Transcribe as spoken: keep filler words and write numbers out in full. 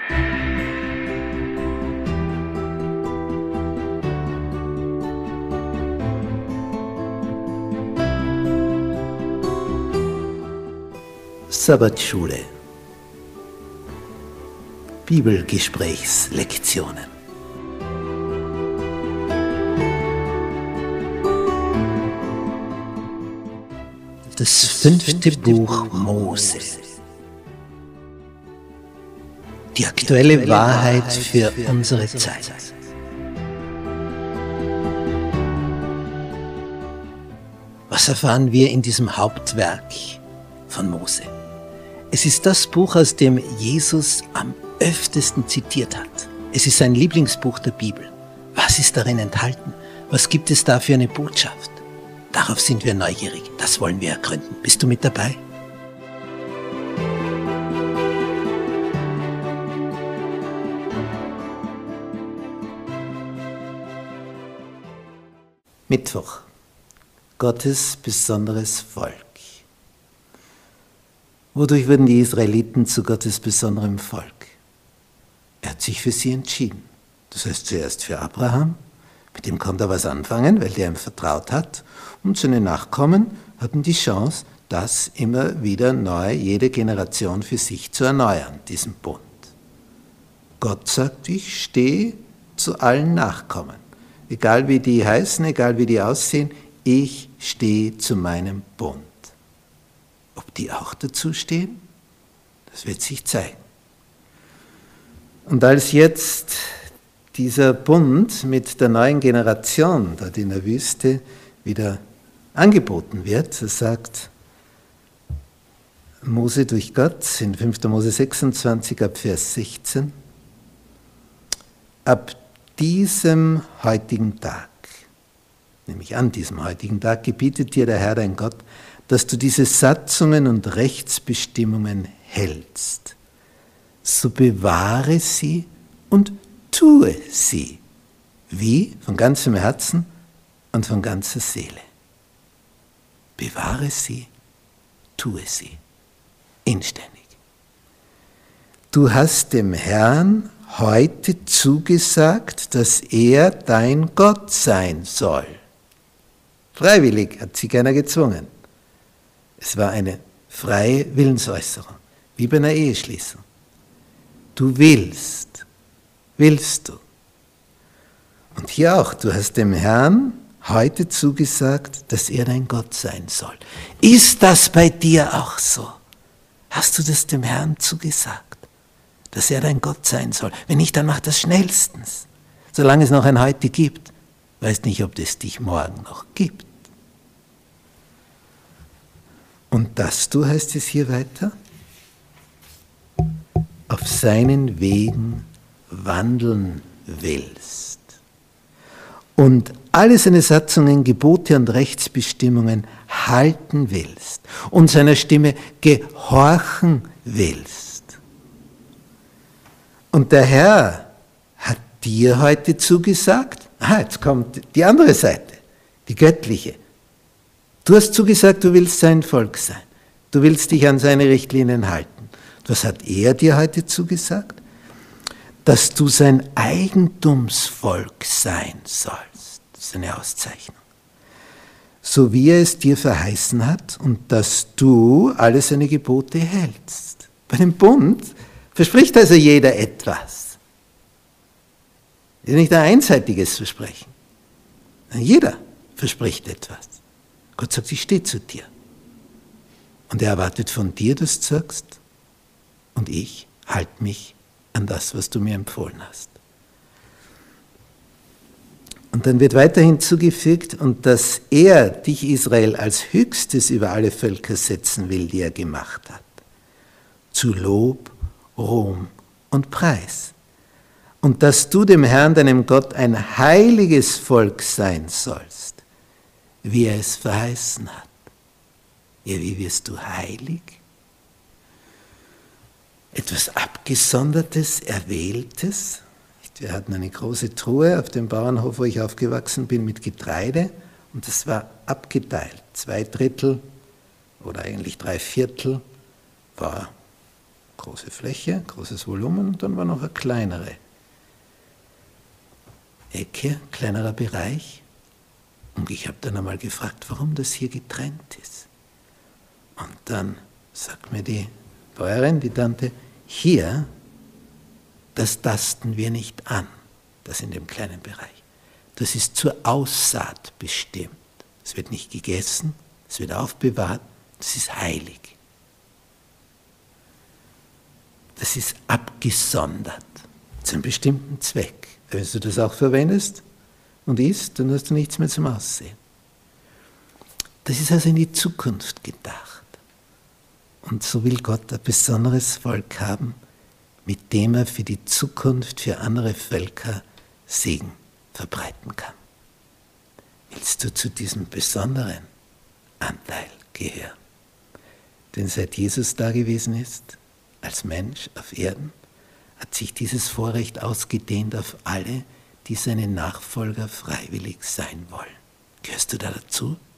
Sabbatschule. Bibelgesprächslektionen. Das fünfte Buch Mose. Die aktuelle Wahrheit für unsere Zeit. Was erfahren wir in diesem Hauptwerk von Mose? Es ist das Buch, aus dem Jesus am öftesten zitiert hat. Es ist sein Lieblingsbuch der Bibel. Was ist darin enthalten? Was gibt es da für eine Botschaft? Darauf sind wir neugierig. Das wollen wir ergründen. Bist du mit dabei? Mittwoch. Gottes besonderes Volk. Wodurch wurden die Israeliten zu Gottes besonderem Volk? Er hat sich für sie entschieden. Das heißt zuerst für Abraham, mit dem konnte er was anfangen, weil der ihm vertraut hat, und seine Nachkommen hatten die Chance, das immer wieder neu, jede Generation für sich zu erneuern, diesen Bund. Gott sagt, ich stehe zu allen Nachkommen. Egal wie die heißen, egal wie die aussehen, ich stehe zu meinem Bund. Ob die auch dazu stehen, das wird sich zeigen. Und als jetzt dieser Bund mit der neuen Generation dort in der Wüste wieder angeboten wird, so sagt Mose durch Gott in fünfter Mose sechsundzwanzig ab Vers sechzehn, ab diesem heutigen Tag, nämlich an diesem heutigen Tag, gebietet dir der Herr dein Gott, dass du diese Satzungen und Rechtsbestimmungen hältst. So bewahre sie und tue sie. Wie? Von ganzem Herzen und von ganzer Seele. Bewahre sie, tue sie. Inständig. Du hast dem Herrn heute zugesagt, dass er dein Gott sein soll. Freiwillig, hat sie keiner gezwungen. Es war eine freie Willensäußerung, wie bei einer Eheschließung. Du willst, willst du. Und hier auch, du hast dem Herrn heute zugesagt, dass er dein Gott sein soll. Ist das bei dir auch so? Hast du das dem Herrn zugesagt, dass er dein Gott sein soll? Wenn nicht, dann mach das schnellstens. Solange es noch ein Heute gibt, weißt nicht, ob es dich morgen noch gibt. Und dass du, heißt es hier weiter, auf seinen Wegen wandeln willst und alle seine Satzungen, Gebote und Rechtsbestimmungen halten willst und seiner Stimme gehorchen willst. Und der Herr hat dir heute zugesagt, ah, jetzt kommt die andere Seite, die göttliche. Du hast zugesagt, du willst sein Volk sein. Du willst dich an seine Richtlinien halten. Was hat er dir heute zugesagt? Dass du sein Eigentumsvolk sein sollst. Das ist eine Auszeichnung. So wie er es dir verheißen hat und dass du alle seine Gebote hältst. Bei dem Bund verspricht also jeder etwas. Das ist nicht ein einseitiges Versprechen. Jeder verspricht etwas. Gott sagt, ich stehe zu dir. Und er erwartet von dir, dass du sagst, und ich halte mich an das, was du mir empfohlen hast. Und dann wird weiter hinzugefügt, und dass er dich, Israel, als Höchstes über alle Völker setzen will, die er gemacht hat. Zu Lob, Ruhm und Preis. Und dass du dem Herrn, deinem Gott, ein heiliges Volk sein sollst, wie er es verheißen hat. Ja, wie wirst du heilig? Etwas Abgesondertes, Erwähltes. Wir hatten eine große Truhe auf dem Bauernhof, wo ich aufgewachsen bin, mit Getreide. Und das war abgeteilt. Zwei Drittel oder eigentlich drei Viertel war große Fläche, großes Volumen und dann war noch eine kleinere Ecke, kleinerer Bereich. Und ich habe dann einmal gefragt, warum das hier getrennt ist. Und dann sagt mir die Bäuerin, die Tante, hier, das tasten wir nicht an, das in dem kleinen Bereich. Das ist zur Aussaat bestimmt. Es wird nicht gegessen, es wird aufbewahrt, das ist heilig. Das ist abgesondert zu einem bestimmten Zweck. Wenn du das auch verwendest und isst, dann hast du nichts mehr zum Aussehen. Das ist also in die Zukunft gedacht. Und so will Gott ein besonderes Volk haben, mit dem er für die Zukunft, für andere Völker Segen verbreiten kann. Willst du zu diesem besonderen Anteil gehören? Denn seit Jesus da gewesen ist, als Mensch auf Erden, hat sich dieses Vorrecht ausgedehnt auf alle, die seine Nachfolger freiwillig sein wollen. Gehörst du da dazu?